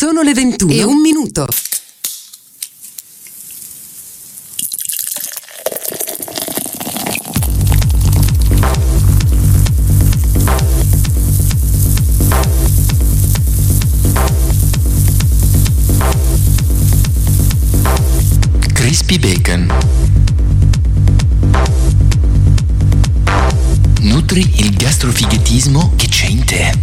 Sono le 21:01. Crispy Bacon. Nutri il gastrofighetismo che c'è in te.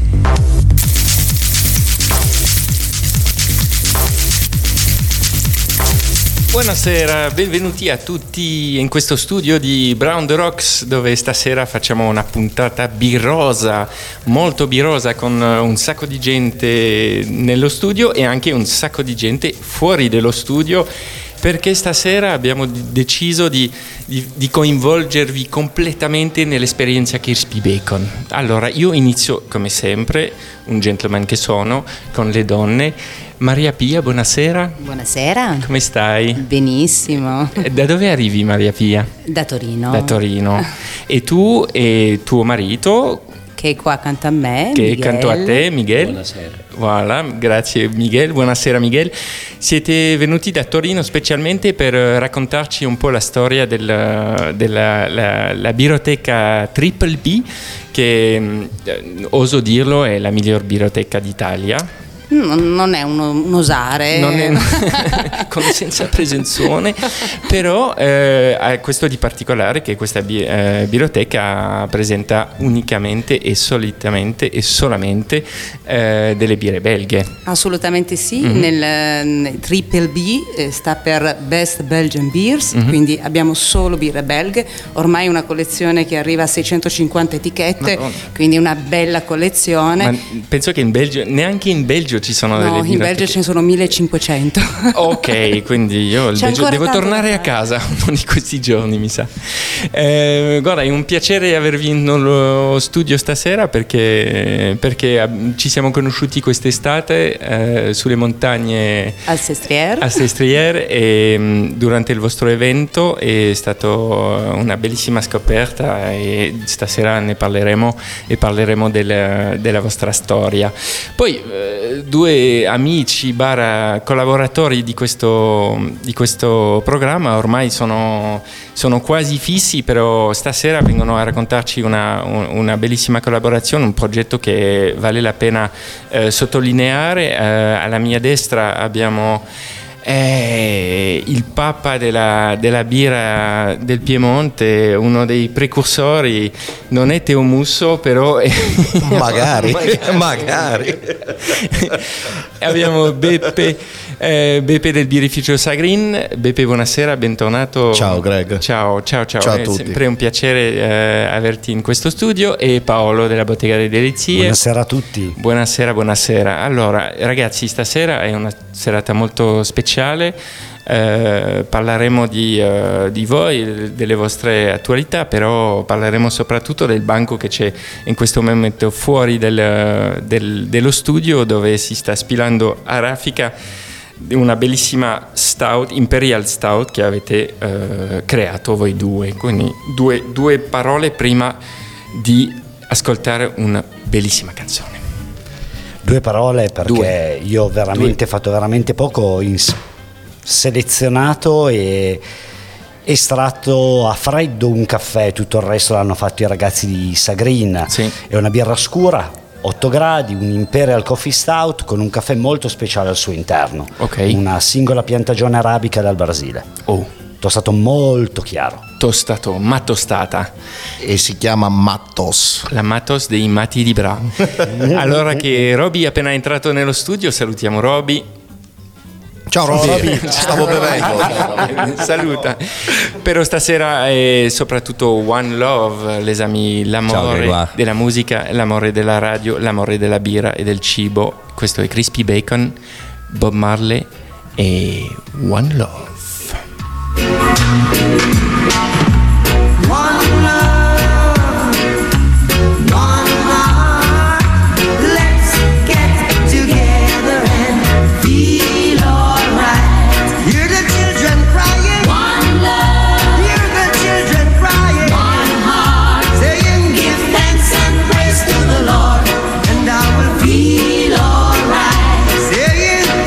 Buonasera, benvenuti a tutti in questo studio di Brown the Rocks, dove stasera facciamo una puntata birrosa, molto birrosa, con un sacco di gente nello studio e anche un sacco di gente fuori dello studio, perché stasera abbiamo deciso di coinvolgervi completamente nell'esperienza Crispy Bacon. Allora, io inizio come sempre, un gentleman che sono, con le donne. Maria Pia, buonasera. Buonasera. Come stai? Benissimo. Da dove arrivi, Maria Pia? Da Torino. Da Torino. E tu e tuo marito? Che è qua accanto a me, che è Miguel. accanto a te, Miguel. Buonasera. Voilà, grazie Miguel. Buonasera Miguel. Siete venuti da Torino specialmente per raccontarci un po' la storia della biroteca Triple B, che oso dirlo è la miglior biroteca d'Italia. Non è un osare. Non è senza presunzione, però ha questo di particolare che questa biroteca presenta unicamente e solitamente e solamente delle birre belghe. Assolutamente sì. Nel Triple B sta per Best Belgian Beers, quindi abbiamo solo birre belghe. Ormai una collezione che arriva a 650 etichette, quindi una bella collezione. Ma penso che in Belgio, neanche in Belgio ci sono delle birre. No, in Belgio ce ne sono 1500. Ok, quindi io devo tornare a casa uno di questi giorni, mi sa. Guarda, è un piacere avervi nello studio stasera perché ci siamo conosciuti quest'estate sulle montagne Al Sestriere e durante il vostro evento è stato una bellissima scoperta e stasera ne parleremo e parleremo della vostra storia. Poi due amici / collaboratori di questo programma ormai sono quasi fissi, però stasera vengono a raccontarci una bellissima collaborazione, un progetto che vale la pena sottolineare. Alla mia destra abbiamo il papa della birra del Piemonte, uno dei precursori. Non è Teo Musso, però magari. Abbiamo Beppe del birrificio Sagrin. Beppe, buonasera, bentornato. Ciao Greg. Ciao a tutti. È sempre un piacere averti in questo studio. E Paolo della Bottega delle Delizie. Buonasera a tutti. Buonasera. Allora, ragazzi, stasera è una serata molto speciale. Parleremo di voi, delle vostre attualità, però parleremo soprattutto del banco che c'è in questo momento fuori dello studio, dove si sta spilando a raffica una bellissima stout, Imperial Stout, che avete creato voi due. Quindi due parole prima di ascoltare una bellissima canzone. Due parole perché io ho fatto veramente poco, selezionato e estratto a freddo un caffè, tutto il resto l'hanno fatto i ragazzi di Sagrin. Sì. È una birra scura, 8 gradi, un Imperial Coffee Stout con un caffè molto speciale al suo interno. Okay. Una singola piantagione arabica dal Brasile. Tostato molto chiaro. Ma tostata. E si chiama Mattos. La Mattos dei Matti di Bra. Allora che Roby è appena entrato nello studio, salutiamo Roby. Ciao Roby, stavo bevendo. Saluta. Però stasera è soprattutto One Love, les amis, l'amore della musica, l'amore della radio, l'amore della birra e del cibo. Questo è Crispy Bacon, Bob Marley e One Love. Feel alright, saying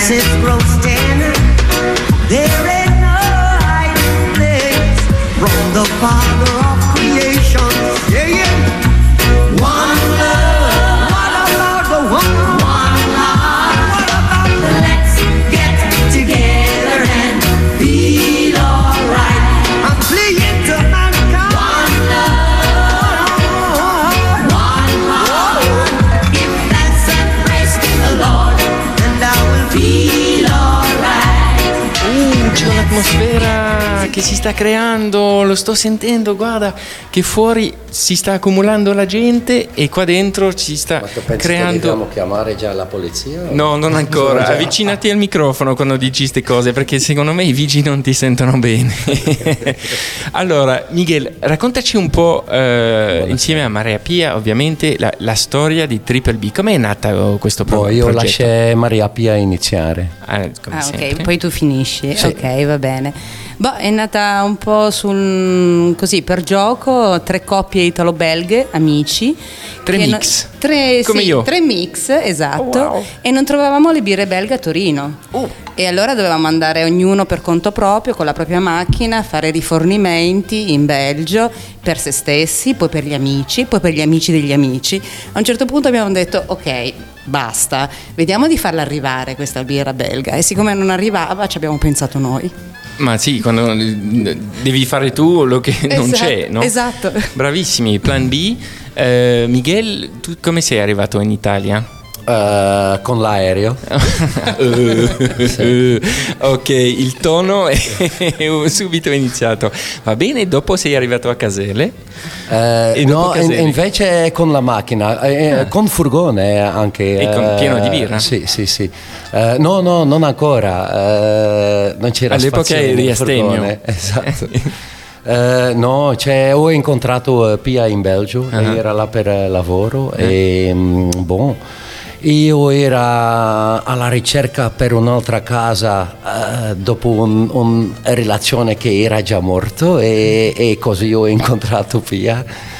Genesis grows 10. There ain't no hiding place from the Father of creation. Yeah, yeah. One love. What about the one love? What about the let's get together and feel alright? I'm fleeing to mankind. One love. If that's a praise to the Lord, then I will feel alright. C'è un'atmosfera che si sta creando, lo sto sentendo, guarda che fuori si sta accumulando la gente e qua dentro ci sta Ma tu pensi creando... che dobbiamo chiamare già la polizia? No, non ancora, avvicinati al microfono quando dici queste cose perché secondo me i vigili non ti sentono bene. Allora, Miguel, raccontaci un po' insieme a Maria Pia ovviamente la storia di Triple B, com'è nata questo progetto? Io lascio Maria Pia iniziare. Come ok, sempre. poi tu finisci. Sì. Ok, va bene. È nata un po' così per gioco, 3 coppie italo-belghe, amici. Tre che mix. Come io. 3 mix, esatto. Oh, wow. E non trovavamo le birre belga a Torino. E allora dovevamo andare ognuno per conto proprio, con la propria macchina, a fare rifornimenti in Belgio per se stessi, poi per gli amici, poi per gli amici degli amici. A un certo punto abbiamo detto, ok, basta, vediamo di farla arrivare questa birra belga. E siccome non arrivava, ci abbiamo pensato noi. Ma sì, quando devi fare tu lo che non c'è, no? Esatto. Bravissimi, plan B. Miguel, tu come sei arrivato in Italia? Con l'aereo. Ok, il tono è subito iniziato. Va bene, dopo sei arrivato a Caselle? No, invece con la macchina, con furgone anche. E con pieno di birra? Sì. No, non ancora. Non c'era all'epoca spazio eri nel furgone. Esatto. No, ho incontrato Pia in Belgio, era là per lavoro e io ero alla ricerca per un'altra casa dopo una relazione che era già morto e così ho incontrato Pia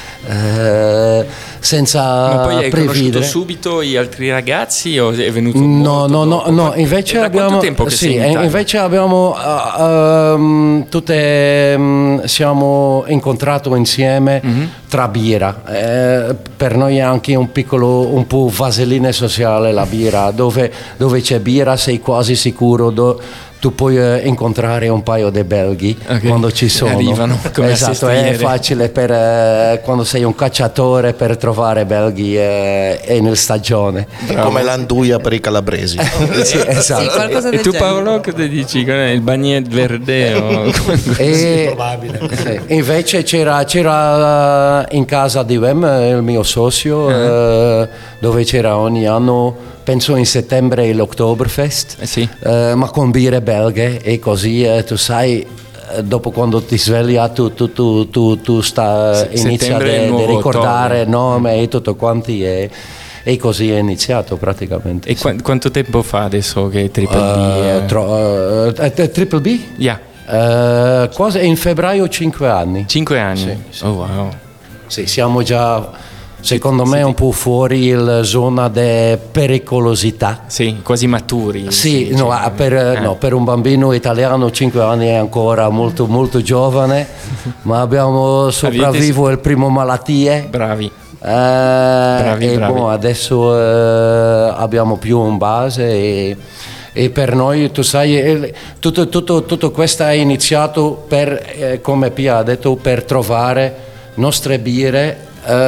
senza ma poi hai conosciuto prevedere. subito gli altri ragazzi o è venuto No, invece abbiamo tempo che sei in Italia? Invece abbiamo siamo incontrati insieme tra birra, per noi è anche un po' vaseline sociale la birra, dove c'è birra sei quasi sicuro tu puoi incontrare un paio di belghi quando ci sono. Arrivano come esatto, è facile per quando sei un cacciatore per trovare belghi è nel stagione. È come l'anduia per i calabresi. Sì, esatto. Sì, qualcosa del E tu genere. Paolo cosa dici? Il bagnetto verde? È probabile. Invece c'era in casa di Wem, il mio socio, dove c'era ogni anno, penso in settembre, l'Oktoberfest, sì. ma con birre belghe e così tu sai, dopo quando ti svegli tu inizi a ricordare il nome e tutto quanti e così è iniziato praticamente. E quanto tempo fa adesso che Triple B? Triple B? Yeah. Quasi in febbraio 5 anni. 5 anni? Sì. Oh wow. Sì, siamo già, secondo me, un po' fuori la zona di pericolosità. Sì, quasi maturi. Sì, per un bambino italiano 5 anni è ancora molto molto giovane, ma abbiamo sopravvivuto alle prime malattie. Bravi. Bravi. Adesso abbiamo più un base e per noi, tu sai, tutto questo è iniziato per, come Pia ha detto, per trovare nostre birre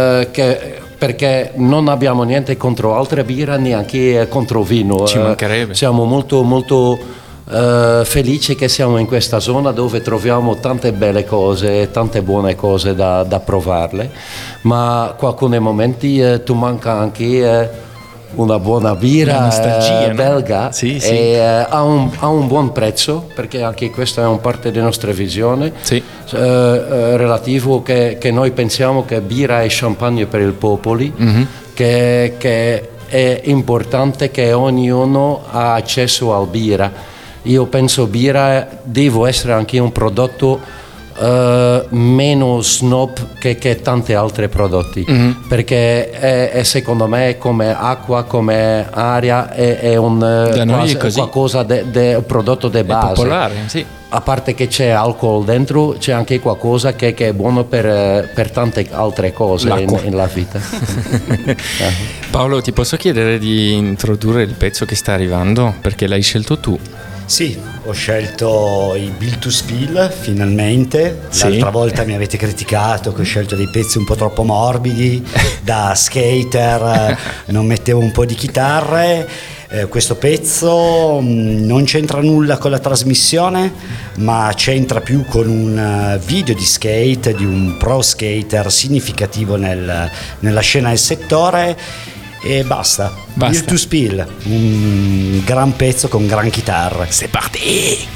perché non abbiamo niente contro altre birre, neanche contro vino. Ci mancherebbe. Siamo molto molto felici che siamo in questa zona dove troviamo tante belle cose, tante buone cose da provarle, ma in alcuni momenti tu manca anche una buona birra nostalgia, belga, no? Sì. E ha un buon prezzo, perché anche questa è una parte della nostra visione, sì. Relativo che noi pensiamo che birra è champagne per il popolo, che è importante che ognuno ha accesso al birra. Io penso birra deve essere anche un prodotto meno snob che tanti altri prodotti, perché è secondo me come acqua, come aria, è un qualcosa di prodotto di base. È popolare, sì. A parte che c'è alcol dentro, c'è anche qualcosa che è buono per tante altre cose nella vita. Paolo, ti posso chiedere di introdurre il pezzo che sta arrivando, perché l'hai scelto tu? Sì, ho scelto i Built to Spill finalmente. L'altra volta mi avete criticato che ho scelto dei pezzi un po' troppo morbidi, da skater non mettevo un po' di chitarre. Questo pezzo non c'entra nulla con la trasmissione, ma c'entra più con un video di skate di un pro skater significativo nella scena del settore. E basta. Built to Spill, un gran pezzo con gran chitarra. C'est parti!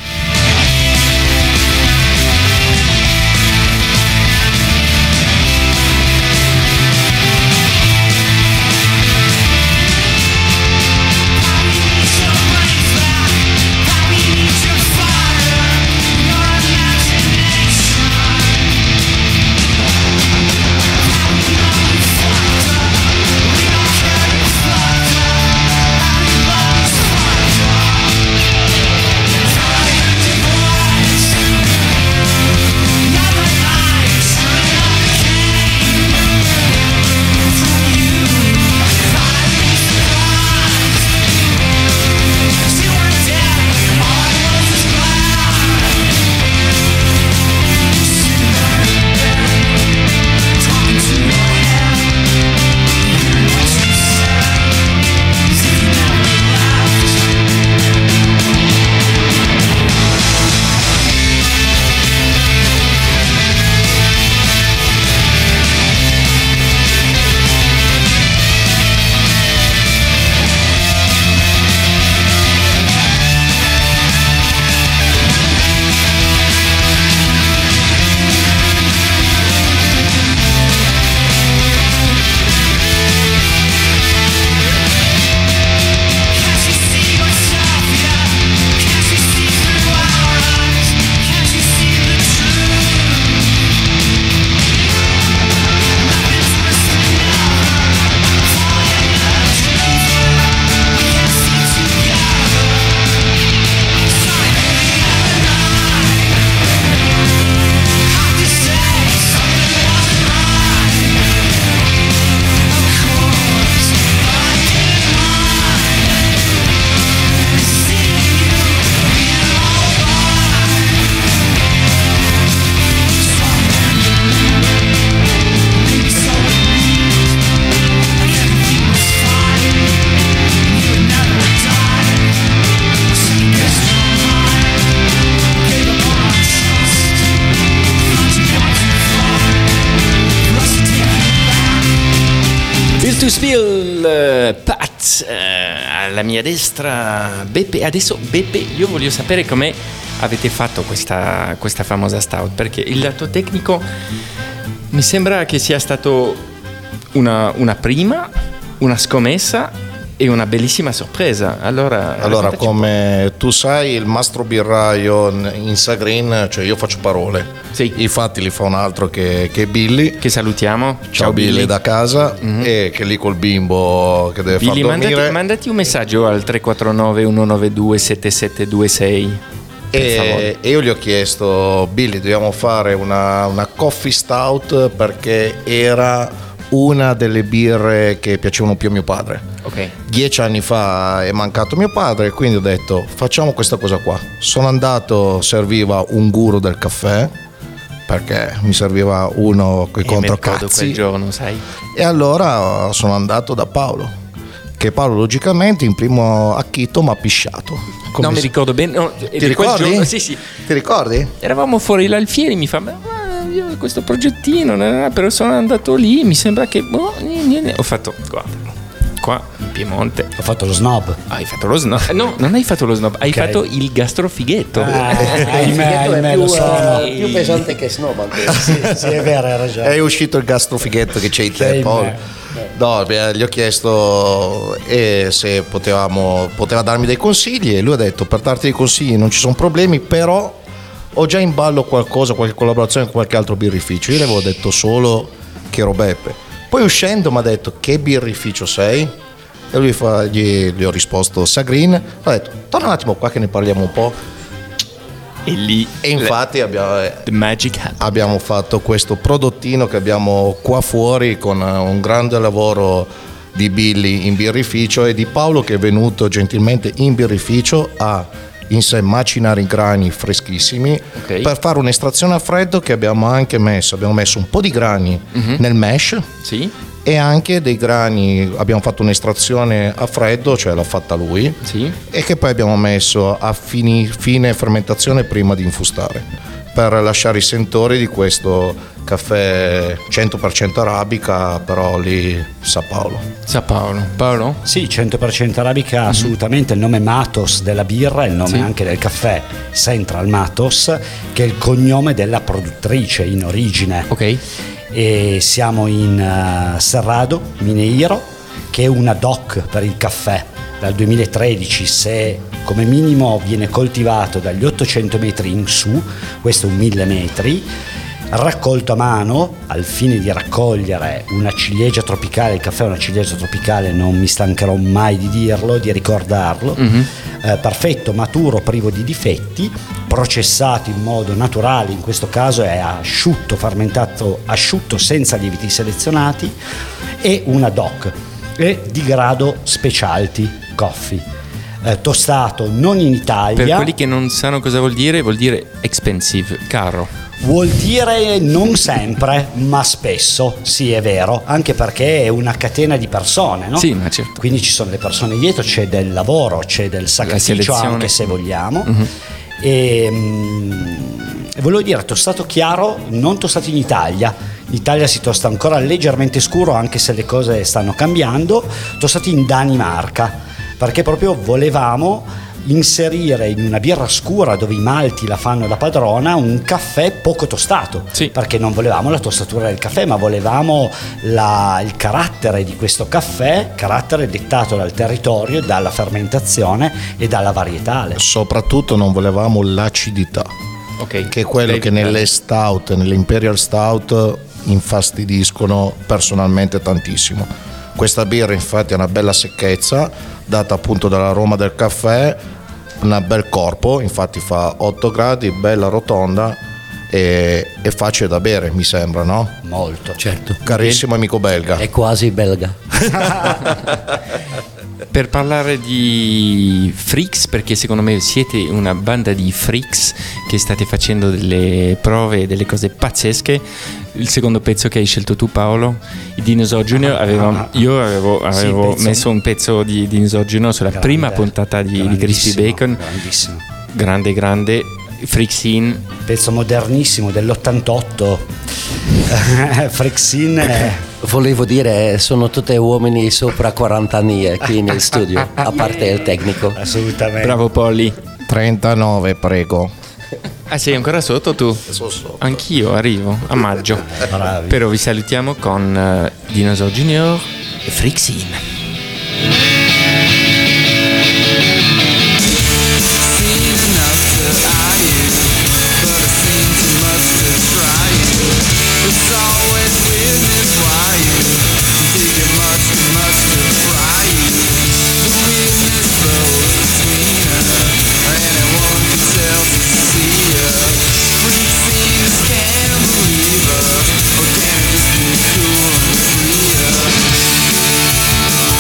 To Spill, Pat, alla mia destra Beppe. Adesso Beppe, io voglio sapere come avete fatto questa famosa stout, perché il lato tecnico mi sembra che sia stato una prima, una scommessa e una bellissima sorpresa. Allora come tu sai, il mastro birraio in Sagrin, cioè io faccio parole. Sì. I fatti li fa un altro che è Billy. Che salutiamo. Ciao Billy da casa, e che è lì col bimbo che deve Billy, far dormire. mandati un messaggio al 349 192 7726. E io gli ho chiesto: Billy, dobbiamo fare una coffee stout, perché era una delle birre che piacevano più a mio padre. Ok. 10 anni fa è mancato mio padre, quindi ho detto facciamo questa cosa qua. Sono andato, serviva un guru del caffè, perché mi serviva uno coi controcazzi quel giorno, sai. E allora sono andato da Paolo, che Paolo logicamente in primo acchito mi ha pisciato. Non mi ricordo bene. No, ti ricordi? Giorno, sì. Ti ricordi? Eravamo fuori l'Alfieri, mi fa: ma io ho questo progettino, però sono andato lì, mi sembra che ho fatto, guarda, qua in Piemonte ho fatto lo snob. Hai fatto lo snob? No, non hai fatto lo snob, hai fatto il gastrofighetto. Ahimè, lo so. Più pesante che snob. Sì, è vero, hai ragione. È uscito il gastrofighetto che c'hai in te, Paolo. No, gli ho chiesto se poteva darmi dei consigli, e lui ha detto: per darti dei consigli non ci sono problemi, però ho già in ballo qualcosa, qualche collaborazione con qualche altro birrificio. Io le avevo detto solo che ero Beppe. Poi uscendo mi ha detto: che birrificio sei? E lui gli ho risposto Sagrin. Ho detto: torna un attimo qua che ne parliamo un po'. E lì infatti abbiamo fatto questo prodottino che abbiamo qua fuori, con un grande lavoro di Billy in birrificio e di Paolo, che è venuto gentilmente in birrificio a in sé macinare i grani freschissimi, per fare un'estrazione a freddo che abbiamo messo un po' di grani nel mash, sì, e anche dei grani, abbiamo fatto un'estrazione a freddo, cioè l'ha fatta lui, sì, e che poi abbiamo messo a fine fermentazione prima di infustare, per lasciare i sentori di questo caffè 100% arabica, però lì sa Paolo. Paolo? Sì, 100% arabica, assolutamente. Il nome Matos della birra è il nome anche del caffè Central Matos, che è il cognome della produttrice in origine. Ok. E siamo in Cerrado Mineiro, che è una DOC per il caffè dal 2013. Se come minimo viene coltivato dagli 800 metri in su, questo è un 1000 metri, raccolto a mano al fine di raccogliere una ciliegia tropicale. Il caffè è una ciliegia tropicale, non mi stancherò mai di dirlo, di ricordarlo. Perfetto, maturo, privo di difetti, processato in modo naturale, in questo caso è asciutto, fermentato asciutto senza lieviti selezionati, e una DOC e di grado specialty coffee, tostato non in Italia. Per quelli che non sanno cosa vuol dire expensive, caro. Vuol dire non sempre, ma spesso, sì, è vero, anche perché è una catena di persone, no? Sì, ma certo. Quindi ci sono le persone dietro, c'è del lavoro, c'è del sacrificio, anche se vogliamo. E volevo dire, tostato chiaro, non tostato in Italia. In Italia si tosta ancora leggermente scuro, anche se le cose stanno cambiando. Tostato in Danimarca, perché proprio volevamo inserire in una birra scura, dove i malti la fanno da padrona, un caffè poco tostato, perché non volevamo la tostatura del caffè, ma volevamo il carattere di questo caffè, carattere dettato dal territorio, dalla fermentazione e dalla varietale. Soprattutto non volevamo l'acidità, che è quello che nelle stout, nelle Imperial Stout, infastidiscono personalmente tantissimo. Questa birra infatti ha una bella secchezza data appunto dall'aroma del caffè, un bel corpo, infatti fa 8 gradi, bella rotonda e facile da bere, mi sembra, no? Molto, certo. Carissimo amico belga. È quasi belga. Per parlare di freaks, perché secondo me siete una banda di freaks che state facendo delle prove, delle cose pazzesche. Il secondo pezzo che hai scelto tu, Paolo, i Dinosaur Junior, io avevo messo un pezzo di Dinosaur Junior sulla prima puntata di Crispy Bacon. Grandissimo. Grande. Freaks In, pezzo modernissimo dell'88. Freaks In volevo dire, sono tutti uomini sopra 40 anni qui nel studio, a parte il tecnico. Assolutamente. Bravo Polly. 39, prego. Ah, sei ancora sotto tu? Sono sotto. Anch'io arrivo a maggio. Bravi. Però vi salutiamo con Dinosaur Junior e Freaks In. Can't believe her, or can it just be cool and free?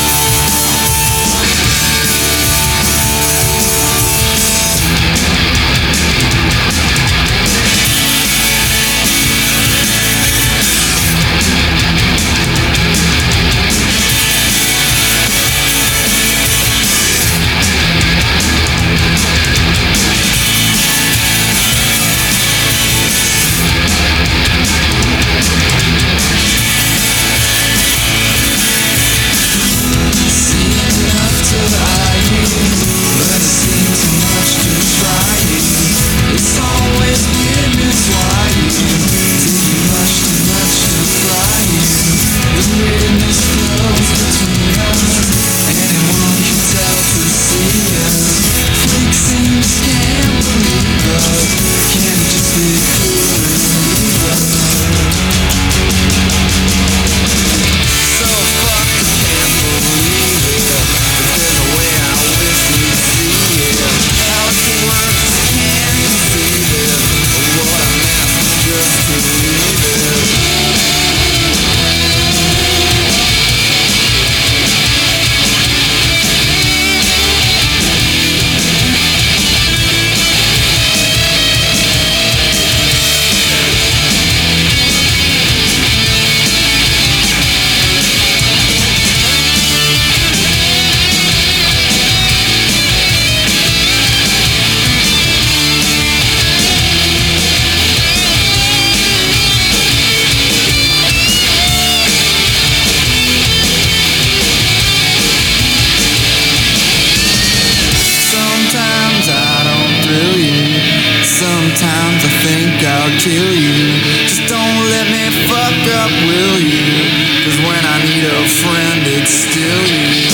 Sometimes I think I'll kill you. Just don't let me fuck up, will you? 'Cause when I need a friend, it's still you.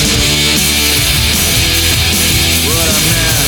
What a man.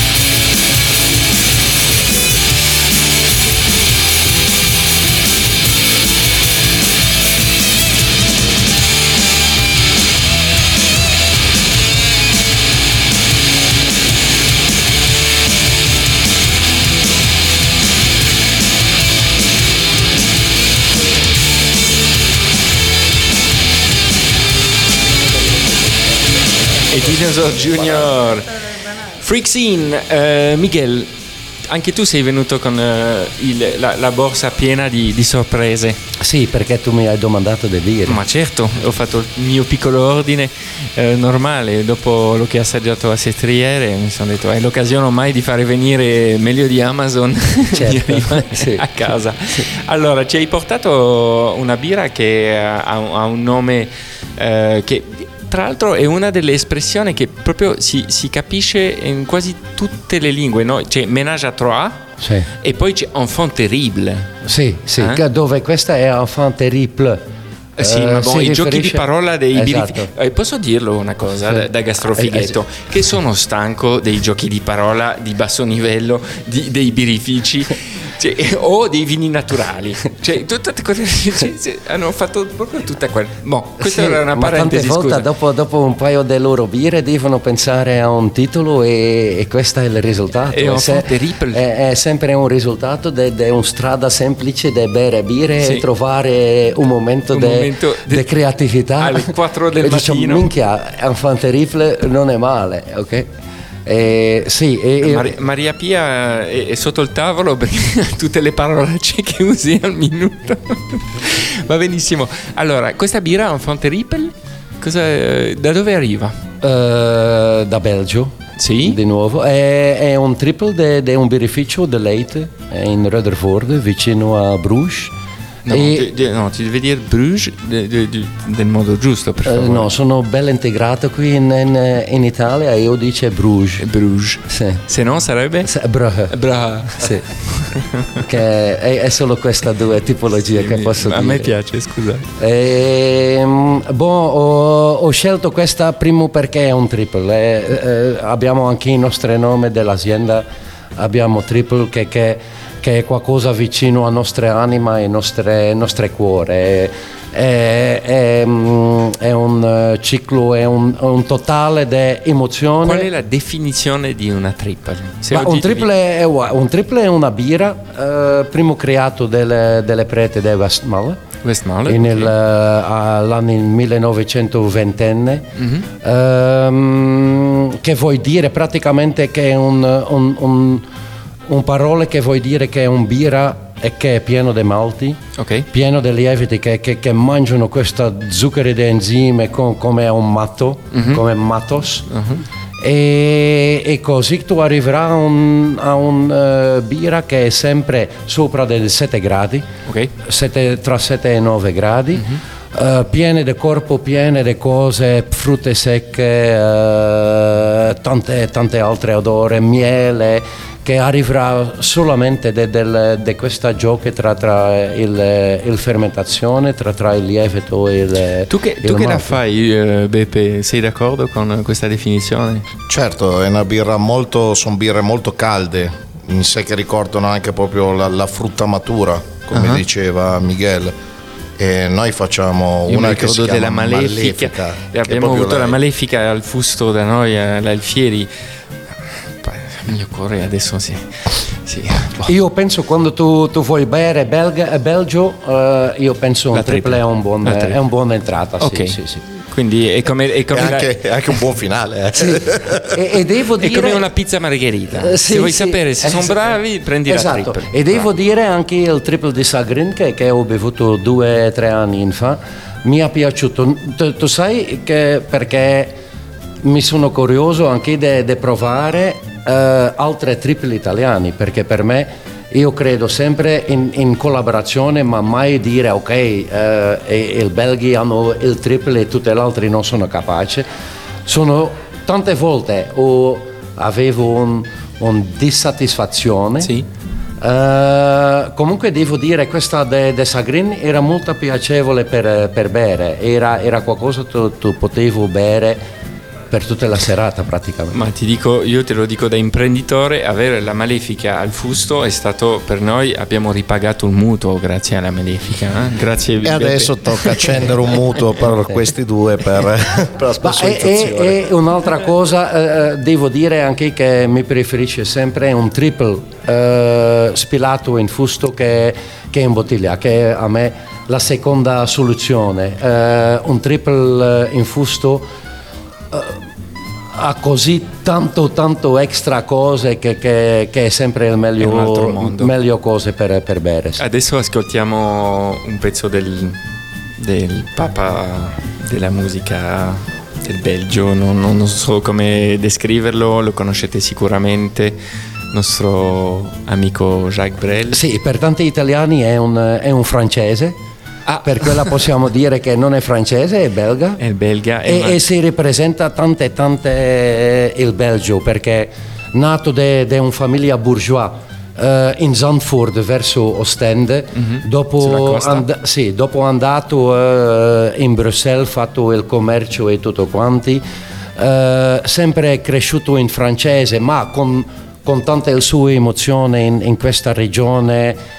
E Dinosaur Junior. Freak Scene. Miguel, anche tu sei venuto con la borsa piena di sorprese. Sì, perché tu mi hai domandato di birre. Ma certo, ho fatto il mio piccolo ordine normale. Dopo lo che ho assaggiato a Sestriere mi sono detto: è l'occasione ormai di fare venire meglio di Amazon. Certo. Sì. A casa. Sì. Allora, ci hai portato una birra che ha un nome che tra l'altro è una delle espressioni che proprio si capisce in quasi tutte le lingue, no? C'è ménage à trois, sì, e poi c'è enfant terrible. Sì, dove questa è enfant terrible. Sì, ma i giochi di parola dei esatto. birifici. Posso dirlo una cosa, da gastrofighetto, che sono stanco dei giochi di parola di basso livello, dei birifici. Cioè, o dei vini naturali, cioè tutte quelle hanno fatto proprio tutta quella. Questa era una parentesi. Ma tante volte dopo un paio delle loro birre devono pensare a un titolo e questo è il risultato. È sempre un risultato di una strada semplice di bere birre e trovare un momento di creatività alle 4 del mattino. Diciamo, minchia, enfant terrible non è male, ok? Maria Pia è sotto il tavolo perché tutte le parolacce che usi al minuto. Va benissimo. Allora, questa birra enfant terrible da dove arriva? Da Belgio. Sì? Di nuovo è un triple di un birrificio di Leite in Rutherford, vicino a Bruges. No, ti devi dire Bruges del modo giusto, per favore. No, sono bello integrato qui in Italia e io dico Bruges. Sì. Se no sarebbe? Brahe. Sì. Che è solo questa due tipologie che posso dire. A me piace, scusa. Ho scelto questa primo perché è un triple. Abbiamo anche il nostro nome dell'azienda, abbiamo triple che è qualcosa vicino a nostre anime e nostre cuore. È un ciclo, è un totale di emozioni. Qual è la definizione di una triple? Un triple è una birra, primo creato delle prete di Westmalle. All'anno 1920, che vuol dire praticamente che è un parole che vuol dire che è un birra e che è pieno di malti, pieno di lieviti che mangiano questo zucchero di enzime come un matto, come mattos. E così tu arriverai a un birra che è sempre sopra dei 7 gradi, tra 7 e 9 gradi, piene di corpo, piene di cose, frutte secche, tante altre odori, miele, che arriverà solamente di questa gioco tra il fermentazione, tra il lievito e il Tu che la fai, Beppe? Sei d'accordo con questa definizione? Certo, è una birra sono birre molto calde, in sé, che ricordano anche proprio la frutta matura, come diceva Miguel. E noi facciamo una che si chiama Malefica. Abbiamo avuto la Malefica al fusto da noi, all'Alfieri. Il mio cuore adesso sì. Io penso quando tu vuoi bere Belgio, io penso un triple è un buona entrata. Okay. Sì. Quindi è anche un buon finale. Sì. e devo dire, è come una pizza margherita. Se vuoi sapere se sono bravi, prendi la triple. E devo dire anche il triple di Sagrin che ho bevuto 2 o 3 anni fa mi è piaciuto. Tu sai che perché mi sono curioso anche di provare altre triple italiani, perché per me, io credo sempre in collaborazione, ma mai dire il Belgi hanno il triple e tutti gli altri non sono capaci. Tante volte avevo un dissatisfazione Comunque devo dire questa de Sagrin era molto piacevole per bere, era qualcosa che tu potevo bere per tutta la serata praticamente. Ma ti dico, io te lo dico da imprenditore, avere la Malefica al fusto è stato per noi, abbiamo ripagato un mutuo grazie alla Malefica, Grazie. E adesso tocca accendere un mutuo per questi due per la sponsorizzazione. E un'altra cosa, devo dire anche che mi preferisce sempre un triple spilato in fusto che in bottiglia, che a me la seconda soluzione. Un triple in fusto ha così tanto extra cose che è sempre il meglio cose per bere. Adesso ascoltiamo un pezzo del papa della musica del Belgio, non so come descriverlo, lo conoscete sicuramente, nostro amico Jacques Brel. Sì, per tanti italiani è un francese. Per quella possiamo dire che non è francese, è belga. È belga. E si rappresenta tante il Belgio, perché nato da una famiglia bourgeois in Zandvoort verso Ostende, dopo andato in Bruxelles, fatto il commercio e tutto quanti, sempre cresciuto in francese, ma con tante sue emozioni in questa regione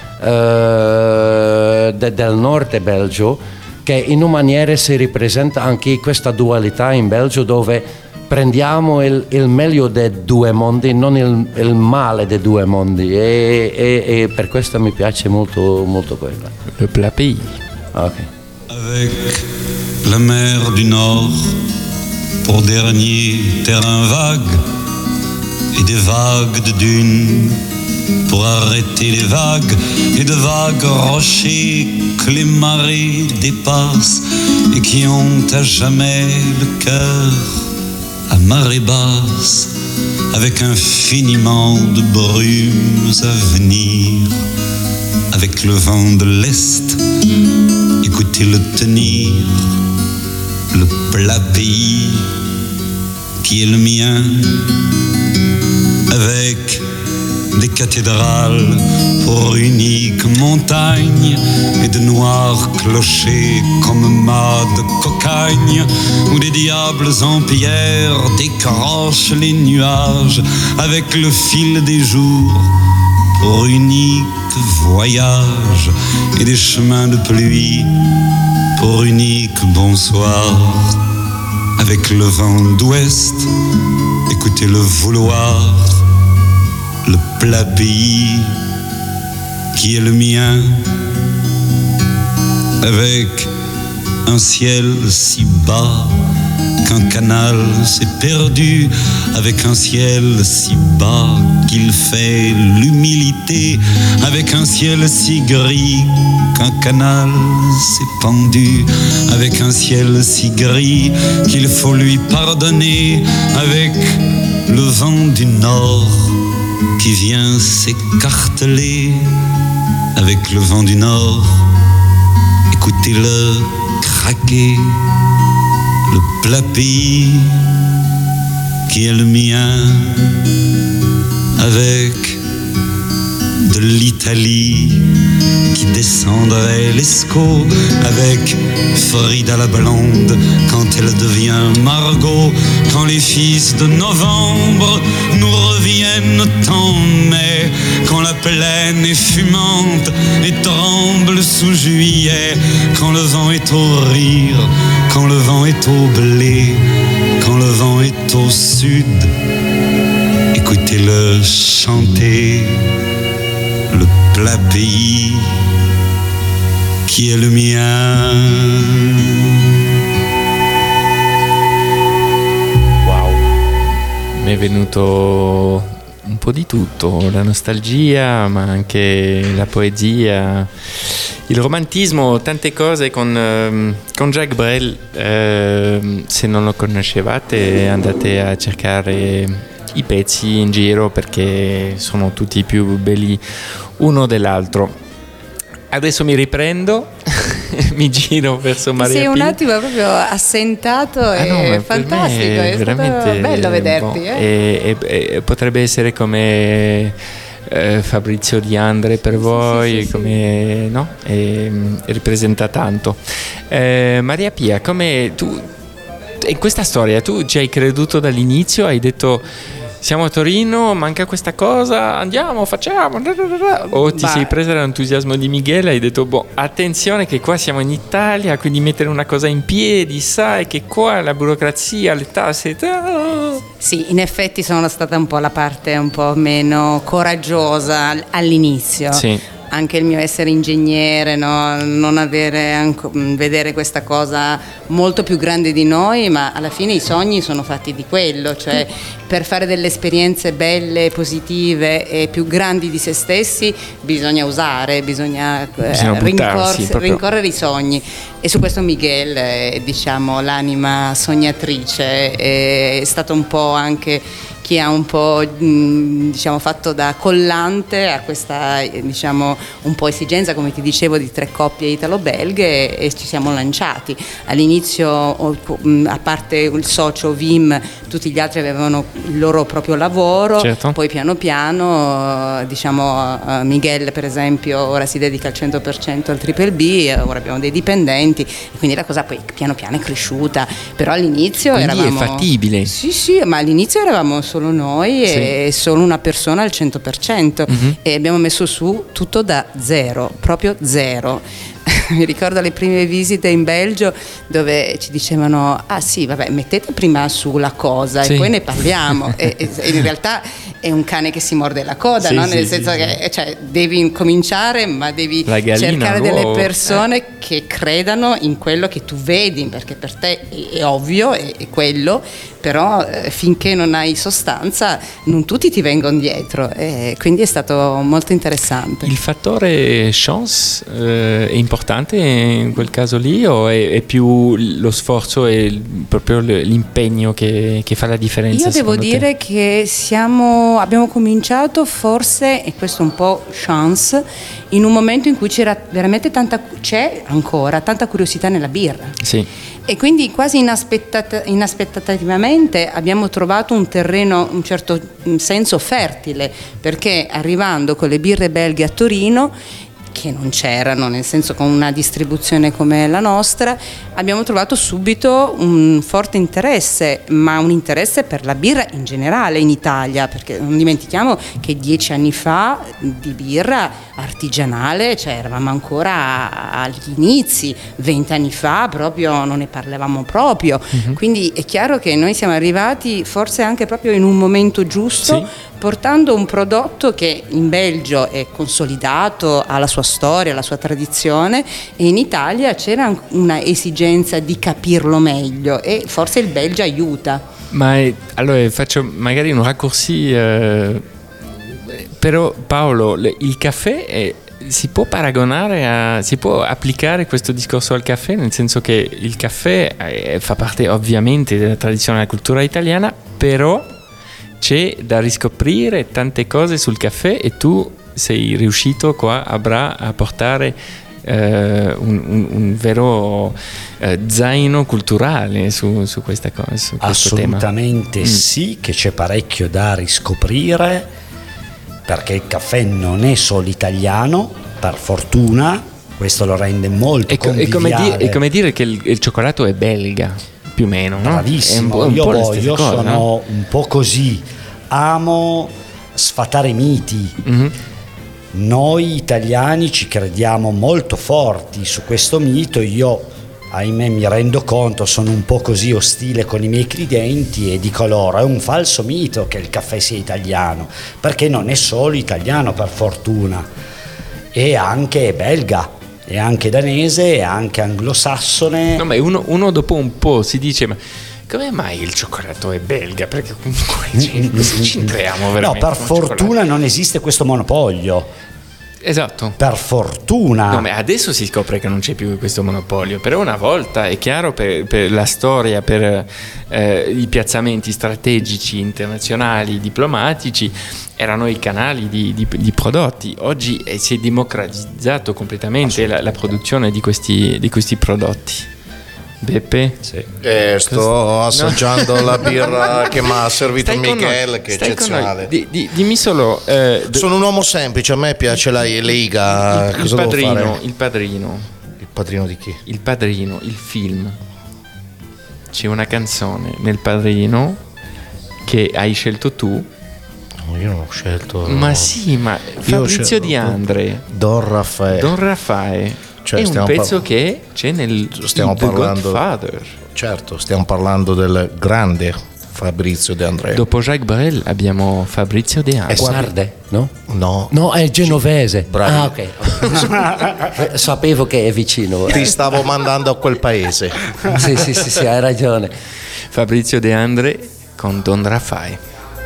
del nord Belgio, che in una maniera si ripresenta anche questa dualità in Belgio, dove prendiamo il meglio dei due mondi, non il male dei due mondi, e per questo mi piace molto quella. Le plat pays. Okay. Avec la mer du Nord pour dernier terrain vague et des vagues de dunes pour arrêter les vagues et de vagues rochers que les marées dépassent et qui ont à jamais le cœur à marée basse, avec infiniment de brumes à venir, avec le vent de l'Est, écoutez-le tenir, le plat pays qui est le mien, avec des cathédrales pour unique montagne et de noirs clochers comme mâts de cocagne, où des diables en pierre décrochent les nuages avec le fil des jours pour unique voyage, et des chemins de pluie pour unique bonsoir, avec le vent d'ouest, écoutez le vouloir, le plat pays qui est le mien, avec un ciel si bas qu'un canal s'est perdu, avec un ciel si bas qu'il fait l'humilité, avec un ciel si gris qu'un canal s'est pendu, avec un ciel si gris qu'il faut lui pardonner, avec le vent du nord qui vient s'écarteler, avec le vent du nord, écoutez-le craquer, le plat pays qui est le mien, avec de l'Italie qui descendrait l'Escaut, avec Frida la blonde quand elle devient Margot, quand les fils de novembre nous reviennent en mai, quand la plaine est fumante et tremble sous juillet, quand le vent est au rire, quand le vent est au blé, quand le vent est au sud, écoutez-le chanter, le plat pays qui è il mien. Wow, mi è venuto un po' di tutto, la nostalgia, ma anche la poesia, il romantismo, tante cose con Jacques Brel. Se non lo conoscevate, andate a cercare i pezzi in giro, perché sono tutti più belli uno dell'altro. Adesso mi riprendo, mi giro verso Maria Sei un Pia. attimo proprio assentato, è fantastico, è veramente stato bello vederti. E potrebbe essere come Fabrizio Di Andre per voi, come no? Ripresenta tanto. Maria Pia, come tu in questa storia tu ci hai creduto dall'inizio, hai detto siamo a Torino, manca questa cosa, andiamo, facciamo, o ti sei presa l'entusiasmo di Miguel e hai detto attenzione che qua siamo in Italia, quindi mettere una cosa in piedi, sai che qua la burocrazia, le tasse. Sì, in effetti sono stata un po' la parte un po' meno coraggiosa all'inizio. Sì. Anche il mio essere ingegnere, no? Non avere vedere questa cosa molto più grande di noi, ma alla fine i sogni sono fatti di quello, cioè per fare delle esperienze belle, positive e più grandi di se stessi bisogna usare, bisogna rincorrere i sogni, e su questo Miguel è, diciamo, l'anima sognatrice, è stato un po' anche chi ha un po' diciamo fatto da collante a questa, diciamo, un po' esigenza, come ti dicevo, di 3 coppie italo-belghe, e ci siamo lanciati. All'inizio, a parte il socio Wim, tutti gli altri avevano il loro proprio lavoro, certo. Poi piano piano, diciamo, Miguel per esempio ora si dedica al 100% al Triple B, ora abbiamo dei dipendenti, e quindi la cosa poi piano piano è cresciuta, però all'inizio quindi eravamo... è fattibile. Sì, ma all'inizio eravamo solo noi e solo una persona al 100%, e abbiamo messo su tutto da zero, proprio zero. Mi ricordo le prime visite in Belgio dove ci dicevano sì, vabbè, mettete prima su la cosa e poi ne parliamo, e in realtà è un cane che si morde la coda, no? Nel senso che cioè, devi incominciare, ma devi cercare delle persone che credano in quello che tu vedi, perché per te è ovvio, è quello, però finché non hai sostanza non tutti ti vengono dietro, e quindi è stato molto interessante. Il fattore chance è importante in quel caso lì, o è più lo sforzo e proprio l'impegno che fa la differenza? Io devo dire che abbiamo cominciato forse, e questo è un po' chance, in un momento in cui c'è ancora tanta curiosità nella birra. Sì. E quindi quasi inaspettatamente abbiamo trovato un terreno, in un certo senso fertile, perché arrivando con le birre belghe a Torino, che non c'erano, nel senso con una distribuzione come la nostra, abbiamo trovato subito un forte interesse, ma un interesse per la birra in generale in Italia, perché non dimentichiamo che 10 anni fa di birra artigianale, cioè eravamo ancora agli inizi, 20 anni fa proprio non ne parlavamo proprio, quindi è chiaro che noi siamo arrivati forse anche proprio in un momento giusto, portando un prodotto che in Belgio è consolidato, ha la sua storia, la sua tradizione, e in Italia c'era una esigenza di capirlo meglio, e forse il Belgio aiuta. Ma allora faccio magari un raccorsi, però Paolo, il caffè si può paragonare si può applicare questo discorso al caffè, nel senso che il caffè fa parte ovviamente della tradizione della cultura italiana, però c'è da riscoprire tante cose sul caffè, e tu sei riuscito qua a Bra a portare un vero zaino culturale su questa cosa, su questo tema. Assolutamente sì, che c'è parecchio da riscoprire, perché il caffè non è solo italiano, per fortuna, questo lo rende molto conviviale. È come dire che il cioccolato è belga, più o meno, no? Bravissimo, io sono un po' così, amo sfatare miti. Noi italiani ci crediamo molto forti su questo mito. Io, ahimè, mi rendo conto, sono un po' così ostile con i miei clienti e dico loro: è un falso mito che il caffè sia italiano, perché non è solo italiano, per fortuna, è anche belga, è anche danese, è anche anglosassone. No, ma uno dopo un po' si dice: ma come mai il cioccolato è belga? Perché comunque ci entriamo veramente. No, per fortuna non esiste questo monopolio. Esatto. Per fortuna. No, ma adesso si scopre che non c'è più questo monopolio. Però una volta, è chiaro, per la storia, per i piazzamenti strategici internazionali, diplomatici, erano i canali di prodotti. Oggi si è democratizzato completamente la produzione di questi prodotti. Beppe? Sì. Sto assaggiando la birra che mi ha servito Michele, che è eccezionale. Dimmi solo. Sono un uomo semplice, a me piace la Liga. Cosa devo fare? Il Padrino. Il Padrino di chi? Il Padrino, il film. C'è una canzone nel Padrino che hai scelto tu. No, io non ho scelto. Ma sì, ma Fabrizio De André. Don Raffaele. Cioè, è un pezzo che c'è nel stiamo parlando, Godfather. Certo, stiamo parlando del grande Fabrizio De André. Dopo Jacques Brel abbiamo Fabrizio De André. È sarde, no? No, è genovese. Bravi. Ah, ok. Sapevo che è vicino. Ti stavo mandando a quel paese. Sì, hai ragione. Fabrizio De André con Don Raffaele.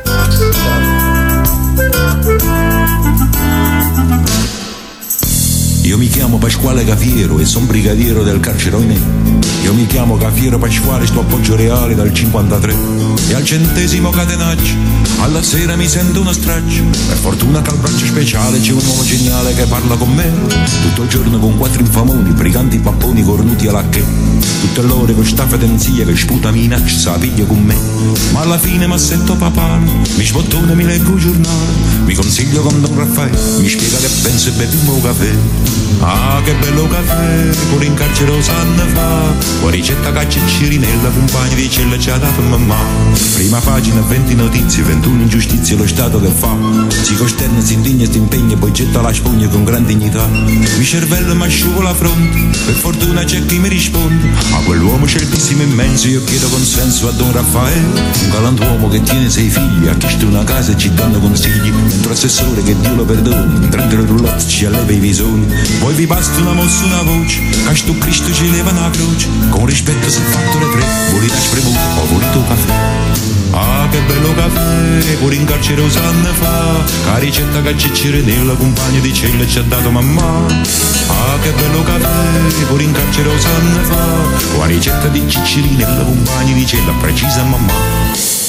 Io mi chiamo Pasquale Cafiero e son brigadiero del carcere Oinè. Io mi chiamo Cafiero Pasquale, sto a Poggio Reale dal 53 e al 100° catenaccio alla sera mi sento uno straccio. Per fortuna che al braccio speciale c'è un uomo geniale che parla con me tutto il giorno con 4 infamoni, briganti papponi cornuti alla che. Tutte l'ore con sta fedenzia che sputa minaccia sa piglia con me. Ma alla fine m'assetto papale, mi sbottone, mi leggo il giornale, mi consiglio con Don Raffaele, mi spiega che penso e beviamo un caffè. Ah, che bello caffè, pure in carcere lo sanno fa. Con ricetta caccia e cirinella, compagni di cella ci ha dato mamma. Prima pagina, 20 notizie, 21 ingiustizie, lo Stato che fa. Si costerna, si indigna, si impegna, poi getta la spugna con gran dignità. Mi cervello mi asciugo la fronte, per fortuna c'è chi mi risponde. A quell'uomo sceltissimo immenso io chiedo consenso a Don Raffaele, un galantuomo che tiene 6 figli, ha chiesto una casa e ci danno consigli, mentre assessore che Dio lo perdoni, in 30 roulotte ci alleva i visoni. Poi vi basta una mossa, una voce, che sto Cristo ci leva una croce, con rispetto se fatto le 3, volete spremuto o volete caffè. Ah, che bello caffè, pure in carcere lo sanno fa, la ricetta che c'è nella compagna di cella ci ha dato mamma. Ah, che bello caffè, pure in carcere lo sanno fa, la ricetta di Ciccirini nella compagna di cella precisa mamma.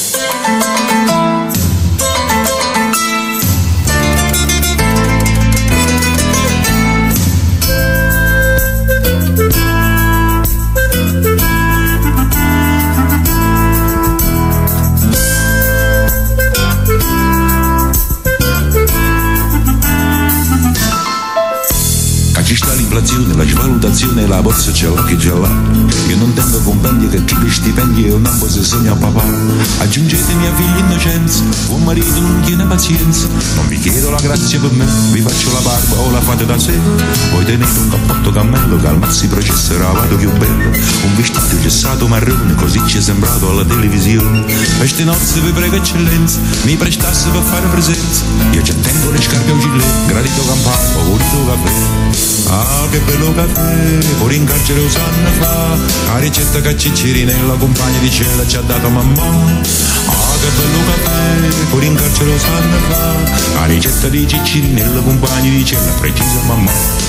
La svalutazione e la borsa c'è l'occhio già là. Io non tengo compendi che chi li stipendi e un ambo se sogna a papà. Aggiungete mia figlia innocenza, buon marito non tiene pazienza. Non vi chiedo la grazia per me, vi faccio la barba o la fate da sé. Voi tenete un cappotto cammello che al mazzi processerà vado più bello. Un vestito gessato marrone, così ci è sembrato alla televisione. Queste nozze vi prego eccellenza, mi prestasse per fare presenza. Io ci tengo le scarpe a gilet, gradito campano, volito caffè. Ah, che bello caffè, pure in carcere lo sanno fa, la ricetta che Ciccirini nella compagna di cella ci ha dato mamma. Ah, che bello caffè, pure in carcere lo sanno fa, la ricetta di Ciccirini nella compagna di cella precisa mamma.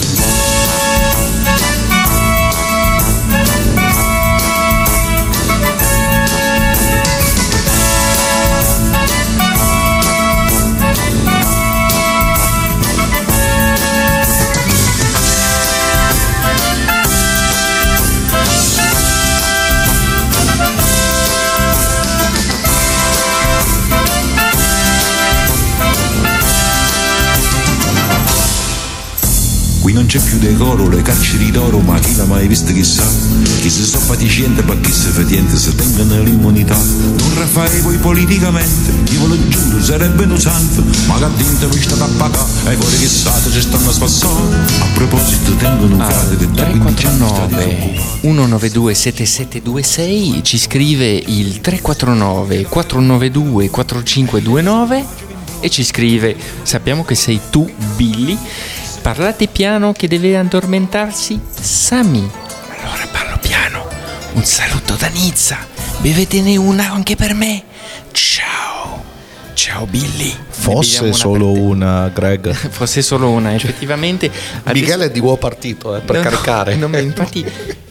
Qui non c'è più decoro, le carceri d'oro, ma chi l'ha mai visto chissà. Chi si sta faticente, ma chi si fetiente, se tengono l'immunità. Don Raffaele poi politicamente, io ve lo giuro, sarebbe un santo, ma che dentro vi sta a pagare, e fuori chissà ci stanno a spassare. A proposito tengono un frate che da 15 anni sta 192 7726, ci scrive il 349 492 4529 e ci scrive: sappiamo che sei tu, Billy. Parlate piano che deve addormentarsi Sami. Allora parlo piano. Un saluto da Nizza. Bevetene una anche per me. Ciao. Ciao Billy. Fosse solo una, Greg. Fosse solo una, effettivamente. Michele è di buon partito per caricare. No, infatti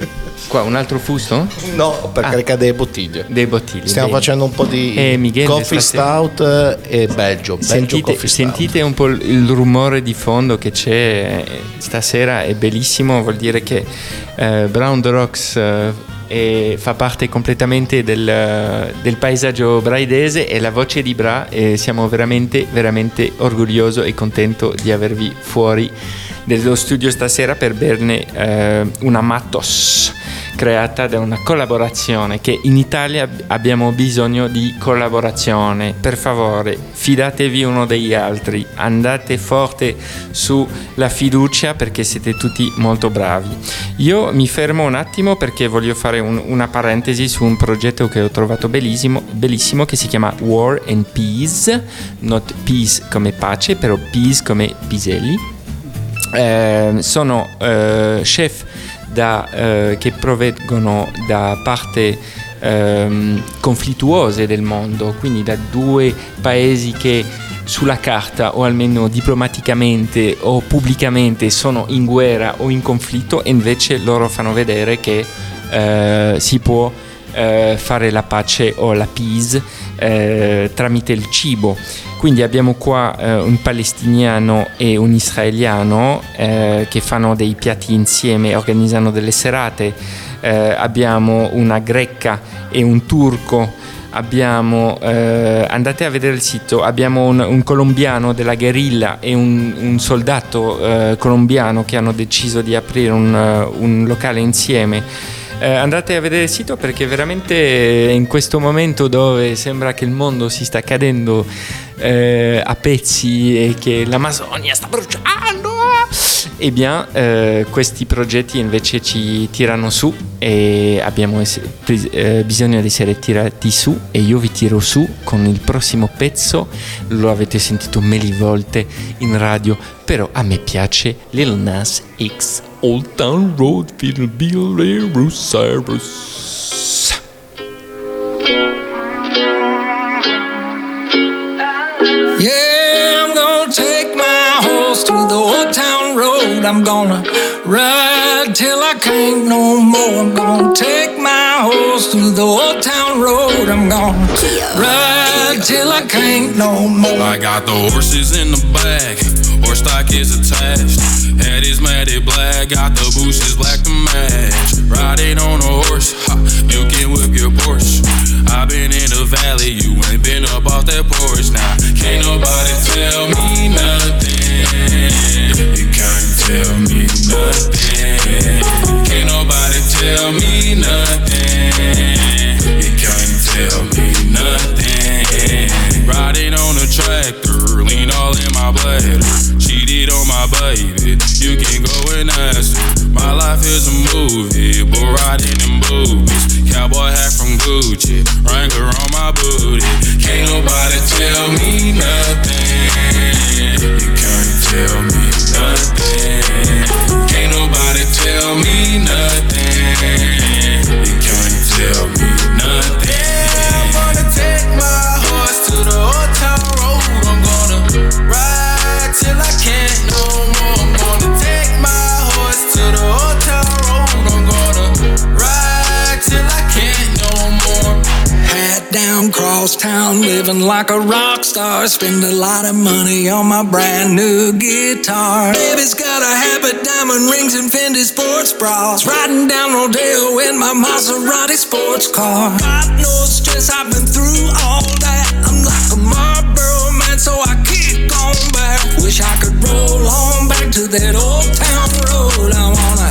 Qua un altro fusto? No, per caricare delle bottiglie. Stiamo facendo un po' di Miguel, coffee stout e Belgio coffee stout. Sentite un po' il rumore di fondo che c'è stasera, è bellissimo, vuol dire che Brown the Rocks fa parte completamente del paesaggio braidese, e la voce di Bra, siamo veramente veramente orgoglioso e contento di avervi fuori dello studio stasera per berne una Matos, creata da una collaborazione, che in Italia abbiamo bisogno di collaborazione. Per favore, fidatevi uno degli altri, andate forte sulla fiducia, perché siete tutti molto bravi. Io mi fermo un attimo perché voglio fare una parentesi su un progetto che ho trovato bellissimo, che si chiama War and Peace, not peace come pace, però peace come piselli. Sono chef che provengono da parti conflittuose del mondo, quindi da due paesi che sulla carta, o almeno diplomaticamente o pubblicamente, sono in guerra o in conflitto, e invece loro fanno vedere che si può fare la pace o la peace tramite il cibo. Quindi abbiamo qua un palestinano e un israeliano che fanno dei piatti insieme, organizzano delle serate. Abbiamo una greca e un turco. Andate a vedere il sito. Abbiamo un colombiano della guerriglia e un soldato colombiano che hanno deciso di aprire un locale insieme. Andate a vedere il sito, perché veramente in questo momento dove sembra che il mondo si sta cadendo a pezzi e che l'Amazzonia sta bruciando, questi progetti invece ci tirano su, e abbiamo bisogno di essere tirati su, e io vi tiro su con il prossimo pezzo. Lo avete sentito mille volte in radio, però a me piace Lil Nas X, Old Town Road, Fiddle Bill Cyrus. Yeah, I'm gonna take my horse through the old town road. I'm gonna ride till I can't no more. I'm gonna take my horse through the old town road. I'm gonna ride till I can't no more. I got the horses in the back, horse stock is attached. Head is matted black, got the bushes black to match. Riding on a horse, you can whip your Porsche. I've been in the valley, you ain't been up off that porch. Now, can't nobody tell me nothing. You can't tell me nothing. Can't nobody tell me nothing. You can't tell me nothing. Riding on a tractor, lean all in my bladder. Cheated on my baby, you can go and ask her. My life is a movie, bull riding in boobies. Cowboy hat from Gucci, Wrangler on my booty. Can't nobody tell me nothing. You can't tell me nothing. Can't nobody tell me nothing. You can't tell me nothing. I'm gonna take my horse to the old town road. I'm gonna ride till I can't no more. I'm gonna take my horse to the old town road. I'm gonna ride till I can't no more. Hat down, cross town, living like a rock star. Spend a lot of money on my brand new guitar. Baby's got a habit, diamond rings and Fendi sports bras. Riding down Rodeo in my Maserati sports car. Got no stress, I've been through all that. I'm like a Marlboro man, so I kick on back. Wish I could roll on back to that old town road. I wanna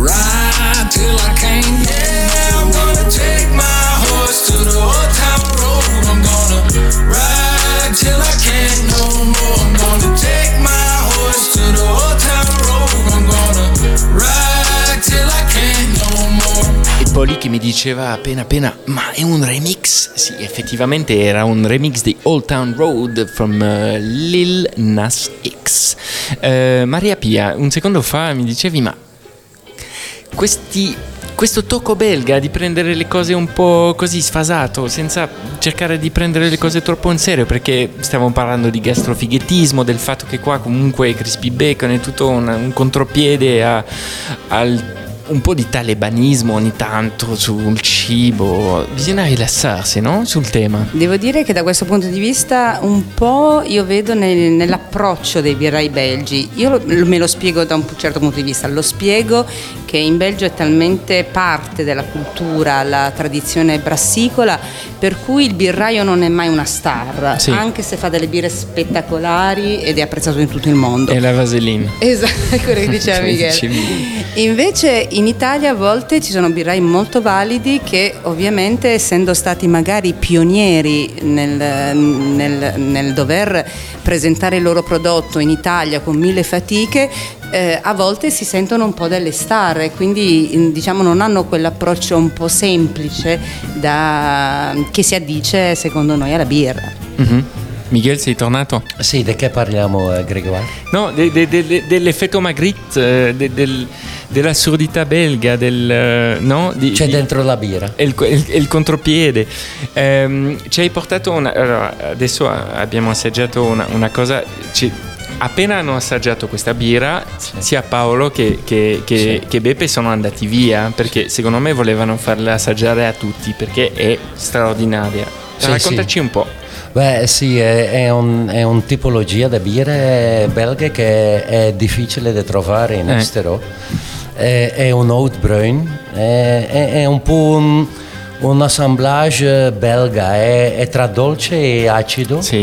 ride till I can't. Yeah, I'm gonna take my horse to the old town road. I'm gonna ride till I can't no more. I'm gonna take my horse to the old town road. I'm gonna ride till I can't no more. E Poli che mi diceva appena, ma è un remix? Sì, effettivamente era un remix di Old Town Road from Lil Nas X. Maria Pia, un secondo fa mi dicevi, ma questo tocco belga di prendere le cose un po' così sfasato, senza cercare di prendere le cose troppo in serio, perché stiamo parlando di gastrofighettismo, del fatto che qua comunque Crispy Bacon è tutto un contropiede al un po' di talibanismo ogni tanto sul cibo, bisogna rilassarsi, no? Sul tema. Devo dire che da questo punto di vista un po' io vedo nell'approccio dei birrai belgi, io me lo spiego da un certo punto di vista, lo spiego che in Belgio è talmente parte della cultura, la tradizione brassicola, per cui il birraio non è mai una star, sì, anche se fa delle birre spettacolari ed è apprezzato in tutto il mondo. È la vaseline. Esatto, quello che diceva Michele. Invece in Italia a volte ci sono birrai molto validi che ovviamente, essendo stati magari pionieri nel dover presentare il loro prodotto in Italia con 1000 fatiche, a volte si sentono un po' delle star e quindi diciamo non hanno quell'approccio un po' semplice che si addice secondo noi alla birra. Mm-hmm. Miguel, sei tornato? Sì, di che parliamo, Gregoire? No, dell'effetto Magritte, dell'assurdità belga, no? C'è dentro la birra. Il contropiede. Ci hai portato allora, adesso abbiamo assaggiato una cosa. Appena hanno assaggiato questa birra, sì, sia Paolo che Beppe sono andati via, perché secondo me volevano farla assaggiare a tutti, perché è straordinaria. Raccontaci un po'. Beh sì, è un tipologia di birre belghe che è difficile da trovare in estero. È un oat bruin, è un po' un assemblage belga, è tra dolce e acido. Sì,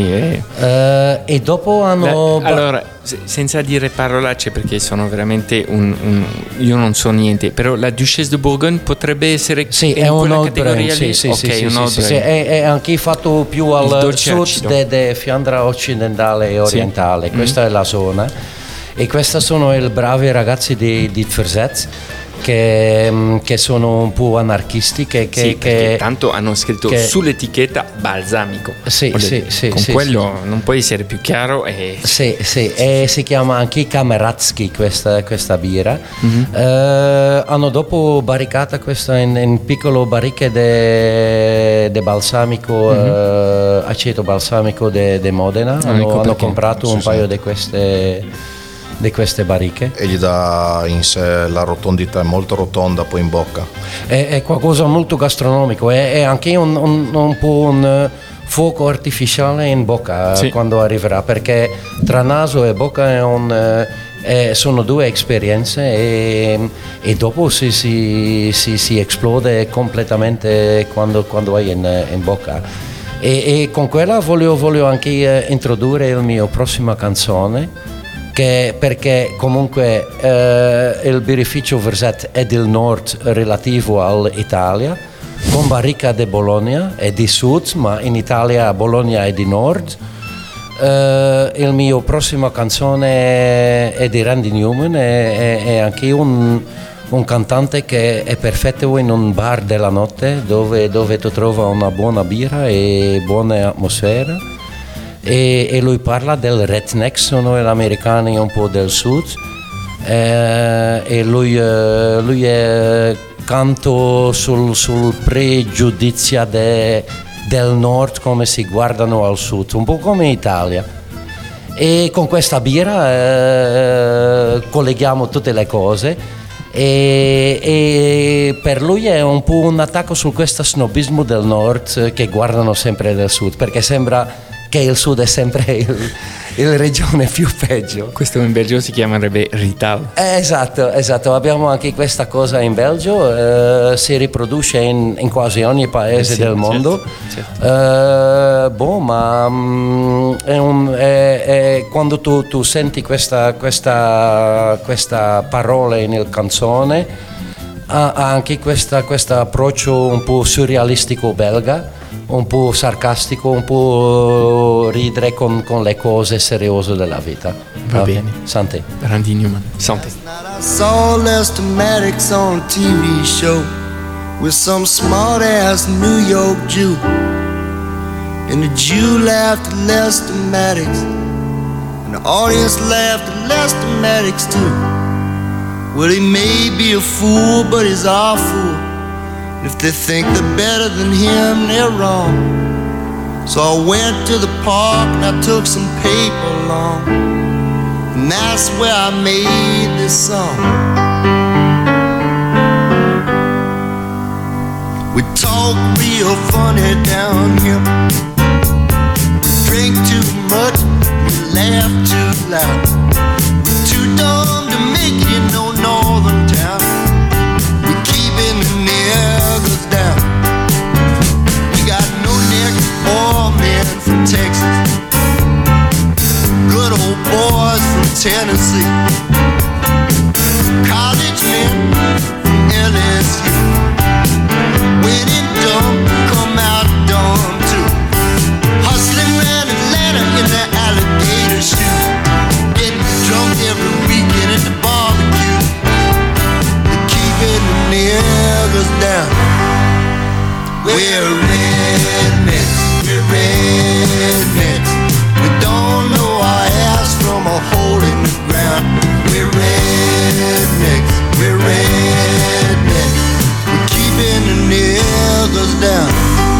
e dopo hanno... Allora, senza dire parolacce, perché sono veramente io non so niente, però la Duchesse de Bourgogne potrebbe essere è un oat categoria bruin, sì, è anche fatto più al sud di Fiandra occidentale e orientale, questa è la zona, e questi sono i bravi ragazzi di Verzet che sono un po' anarchisti che tanto hanno scritto sull'etichetta balsamico. Sì, quello non può essere più chiaro. Sì, e si chiama anche Kameratski questa birra. Mm-hmm. Hanno dopo barricata questa in piccolo barriche di balsamico, aceto balsamico di Modena. Hanno comprato un paio di queste barriche e gli dà in sé la rotondità, è molto rotonda poi in bocca, è qualcosa molto gastronomico, è anche un po' un fuoco artificiale in bocca, sì, quando arriverà, perché tra naso e bocca sono due esperienze e dopo si esplode completamente quando hai in bocca. E con quella voglio anche introdurre la mia prossima canzone, perché comunque il birrificio Verzet è del nord relativo all'Italia, con barrica di Bologna è di sud, ma in Italia Bologna è di nord. Il mio prossima canzone è di Randy Newman, è anche un cantante che è perfetto in un bar della notte dove tu trovi una buona birra e buona atmosfera. E lui parla del redneck, sono gli americani un po' del sud, e lui è canto sul pregiudizio del nord, come si guardano al sud, un po' come in Italia. E con questa birra colleghiamo tutte le cose e per lui è un po' un attacco su questo snobismo del nord che guardano sempre del sud, perché sembra che il sud è sempre il regione più peggio. Questo in Belgio si chiamerebbe Rital. Esatto, abbiamo anche questa cosa in Belgio, si riproduce in quasi ogni paese del mondo. Certo. Ma quando tu senti questa parola nel canzone, ha anche questo approccio un po' surrealistico belga, un po' sarcastico, un po' ridere con le cose seriose della vita. Va bene. Santé. Randy Newman. Santé. I saw Lester Maddox on a TV show with some smart ass New York Jew. And the Jew laughed at Lester Maddox, and the audience laughed at Lester Maddox too. Well, he may be a fool, but he's our fool. If they think they're better than him, they're wrong. So I went to the park and I took some paper along, and that's where I made this song. We talk real funny down here. We drink too much, we laugh too loud. We're too dumb to make it in no northern town. We're keeping the niggers down. We got no nigger or men from Texas, good old boys from Tennessee, college men from LSU. When in dumb, come out dumb too. Hustling around Atlanta in their alligator shoes, getting drunk every weekend at the barbecue. They're keeping the niggers down. We're rednecks, we're rednecks. We don't know our ass from a hole in the ground. We're rednecks, we're rednecks. We're keeping the niggers down.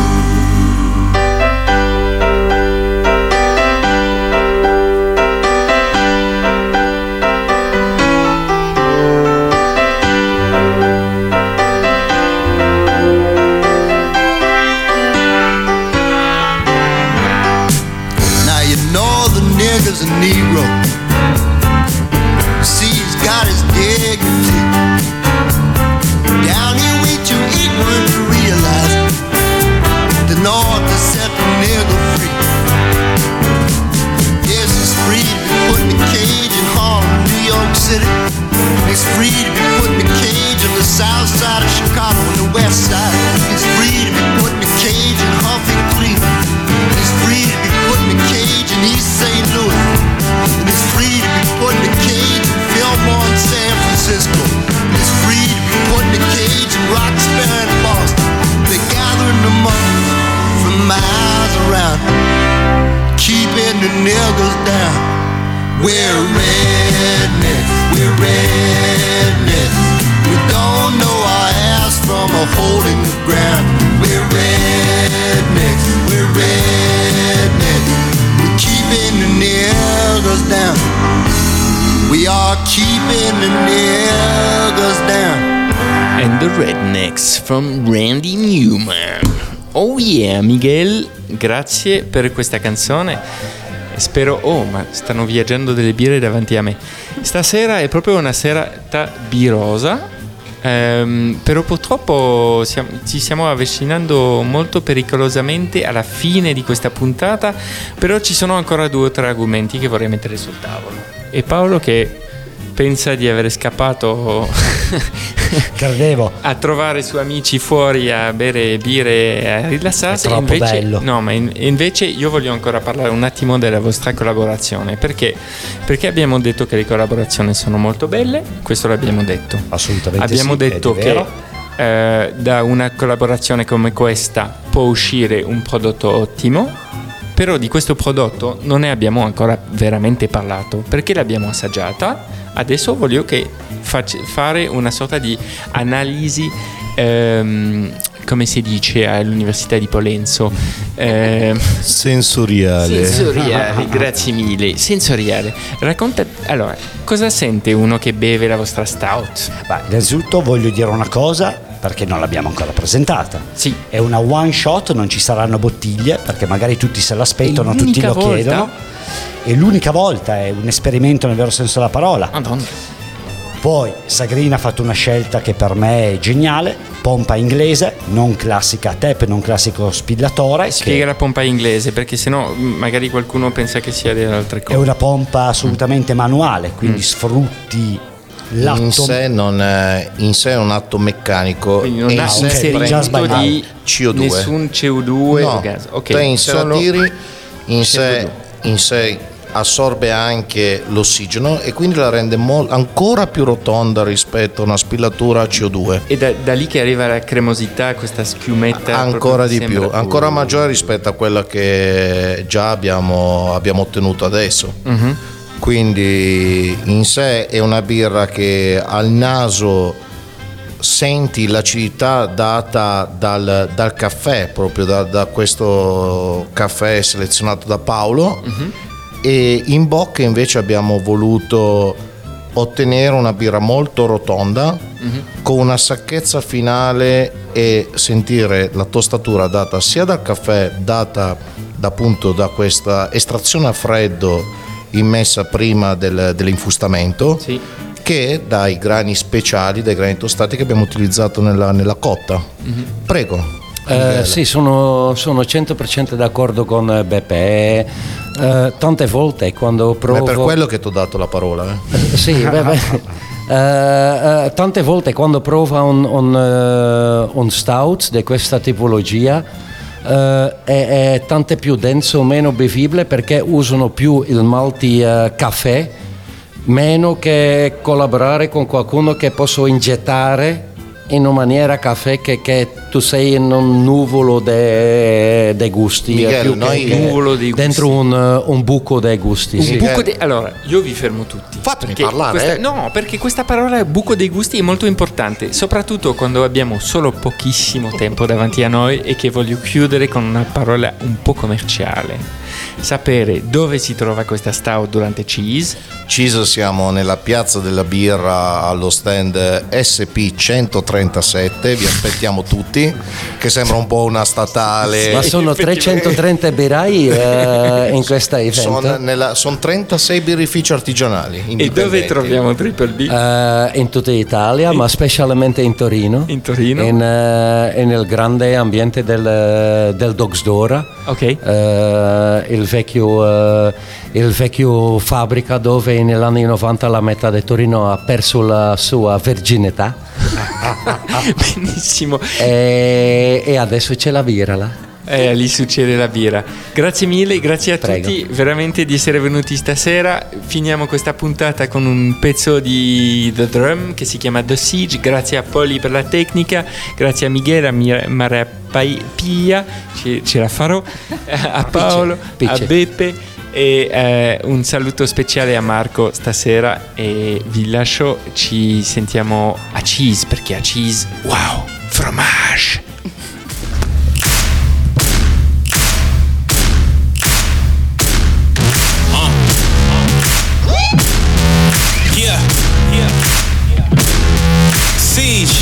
Now you know the nigger's a Negro. See, he's got his dignity. Down here we too ignorant to realize the North has set the nigger free. Yes, he's free to be put in a cage in Harlem, New York City. He's free to be put in a cage on the south side of Chicago and the west side. He's free to be put in a cage in Huffing, Cleveland. He's free to be put in a cage in East St. Louis. And he's free to be put in a cage in Fillmore and San Francisco. He's free to be put in a cage in Roxbury and Boston. They're gathering them up from miles around, keeping the niggers down. We're rednecks, we're rednecks. We don't know our ass from a hole in the ground. We're rednecks, we're rednecks. We're keeping the niggers down. We are keeping the niggers down. And the Rednecks from Randy Newman. Oh yeah, Miguel, grazie per questa canzone. Spero, ma stanno viaggiando delle birre davanti a me. Stasera è proprio una serata birosa, però purtroppo ci stiamo avvicinando molto pericolosamente alla fine di questa puntata, però ci sono ancora 2 o 3 argomenti che vorrei mettere sul tavolo. E Paolo che pensa di aver scappato credevo a trovare i suoi amici fuori a bere birre e a rilassarsi. È troppo invece, bello. No, ma invece io voglio ancora parlare un attimo della vostra collaborazione, perché abbiamo detto che le collaborazioni sono molto belle, questo l'abbiamo detto. Assolutamente abbiamo sì, detto che da una collaborazione come questa può uscire un prodotto ottimo, però di questo prodotto non ne abbiamo ancora veramente parlato, perché l'abbiamo assaggiata. Adesso voglio che fare una sorta di analisi, come si dice all'Università di Polenzo, sensoriale, grazie mille, sensoriale. Racconta, allora, cosa sente uno che beve la vostra stout? Innanzitutto voglio dire una cosa, perché non l'abbiamo ancora presentata. Sì. È una one shot, non ci saranno bottiglie, perché magari tutti se l'aspettano, tutti lo chiedono. E l'unica volta, è un esperimento nel vero senso della parola. Madonna. Poi Sagrina ha fatto una scelta che per me è geniale: pompa inglese, non classica tap, non classico spillatore. Spiega la pompa inglese, perché sennò magari qualcuno pensa che sia delle altre cose. È una pompa assolutamente manuale, quindi sfrutti l'atto. In sé è un atto meccanico. Quindi non ha inserito di CO2. Nessun CO2 no, o gas. Okay. Te in sé la tiri, in sé assorbe anche l'ossigeno e quindi la rende ancora più rotonda rispetto a una spillatura a CO2. E da lì che arriva la cremosità, questa schiumetta ancora di più, ancora maggiore rispetto a quella che già abbiamo ottenuto adesso. Uh-huh. Quindi in sé è una birra che al naso senti l'acidità data dal caffè, proprio da questo caffè selezionato da Paolo. Uh-huh. E in bocca invece abbiamo voluto ottenere una birra molto rotonda, con una sacchezza finale, e sentire la tostatura data sia dal caffè, data appunto da questa estrazione a freddo immessa prima dell'infustamento, sì, che dai grani speciali, dai grani tostati che abbiamo utilizzato nella cotta. Prego. Sì, sono 100% d'accordo con Beppe. Tante volte quando provo... È per quello che ti ho dato la parola. Sì, tante volte quando provo un stout di questa tipologia è tanto più denso, meno bevibile, perché usano più il malte caffè, meno che collaborare con qualcuno che posso ingettare in una maniera caffè che tu sei in un nuvolo dei gusti, Miguel, più nuvolo che dentro un buco dei gusti. Sì. Allora, io vi fermo tutti. Fatemi parlare. No, perché questa parola buco dei gusti è molto importante, soprattutto quando abbiamo solo pochissimo tempo davanti a noi e che voglio chiudere con una parola un po' commerciale. Sapere dove si trova questa stout durante Cheese. Siamo nella piazza della birra allo stand SP 137, vi aspettiamo tutti, che sembra un po' una statale. Ma sono 330 birrai in questa event? Sono 36 birrifici artigianali. E dove troviamo Triple B? In tutta Italia, ma specialmente in Torino. In Torino? Nel grande ambiente del Dogs d'Ora. Ok. Il vecchio fabbrica dove negli anni 90 la metà di Torino ha perso la sua verginità. Benissimo. E adesso c'è la birra là. Lì succede la birra. Grazie mille, grazie a Prego. tutti veramente di essere venuti stasera. Finiamo questa puntata con un pezzo di The Drum che si chiama The Siege. Grazie a Poli per la tecnica, grazie a Miguel, a Maria Pia, ce la farò, a Paolo, a Beppe, e un saluto speciale a Marco stasera, e vi lascio, ci sentiamo a Cheese, perché a Cheese, wow, fromage. Siege,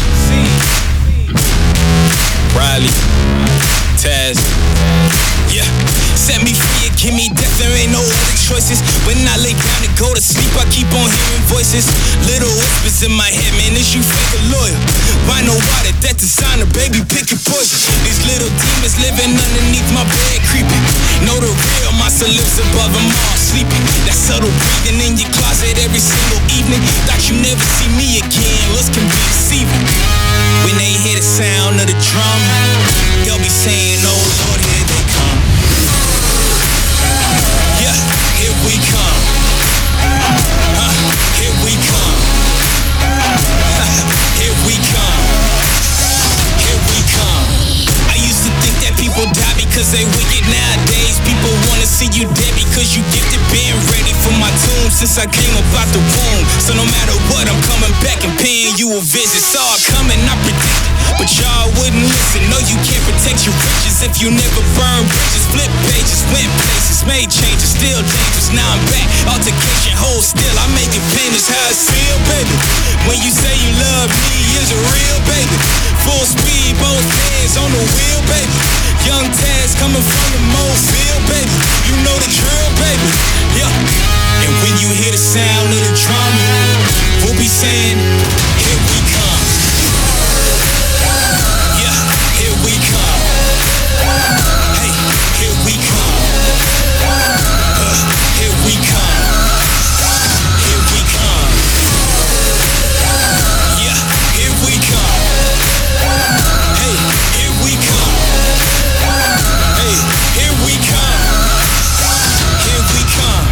Riley, Taz, yeah. Set me free and give me death, there ain't no other choices. When I lay down to go to sleep, I keep on hearing voices. Little whispers in my head, man, is you fake or loyal? Why no water, that designer, baby, pick your poison. These little demons living underneath my bed, creeping. Know the real, my soul lives above them all, sleeping. That subtle breathing in your closet every single evening. Thought you never see me again, looks can be deceiving. When they hear the sound of the drum, they'll be saying, oh Lord, here they come. Yeah, here we come. Here we come. Here we come. Here we come. I used to think that people die because they wicked. Nowadays people wanna see you dead because you gifted. Being ready for my tomb since I came up out the womb. So no matter what, I'm coming back and paying you a visit. Saw it coming, I predicted, but y'all wouldn't listen. No, you can't protect your riches if you never burn bridges. Flip pages, went places, made changes, still dangerous. Now I'm back, altercation, hold still. I make it pain, is how it feel, baby. When you say you love me, is it real, baby? Full speed, both hands on the wheel, baby. Young Taz coming from the Mobile, baby. You know the drill, baby. Yeah. And when you hear the sound of the drum, we'll be saying, here we come. Yeah, here we come. Hey, here we come. Here we come. Here we come. Yeah, here we come. Hey, here we come. Hey, here we come. Here we come.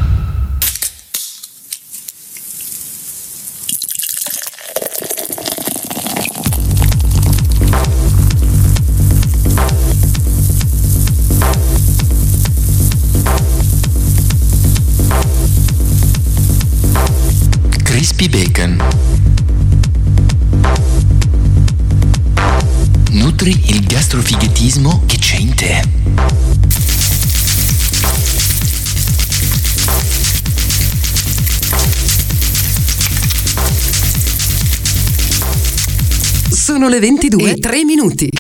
Crispy Bacon. Nutri il gastrofighetismo che c'è in te. Sono le 22:03.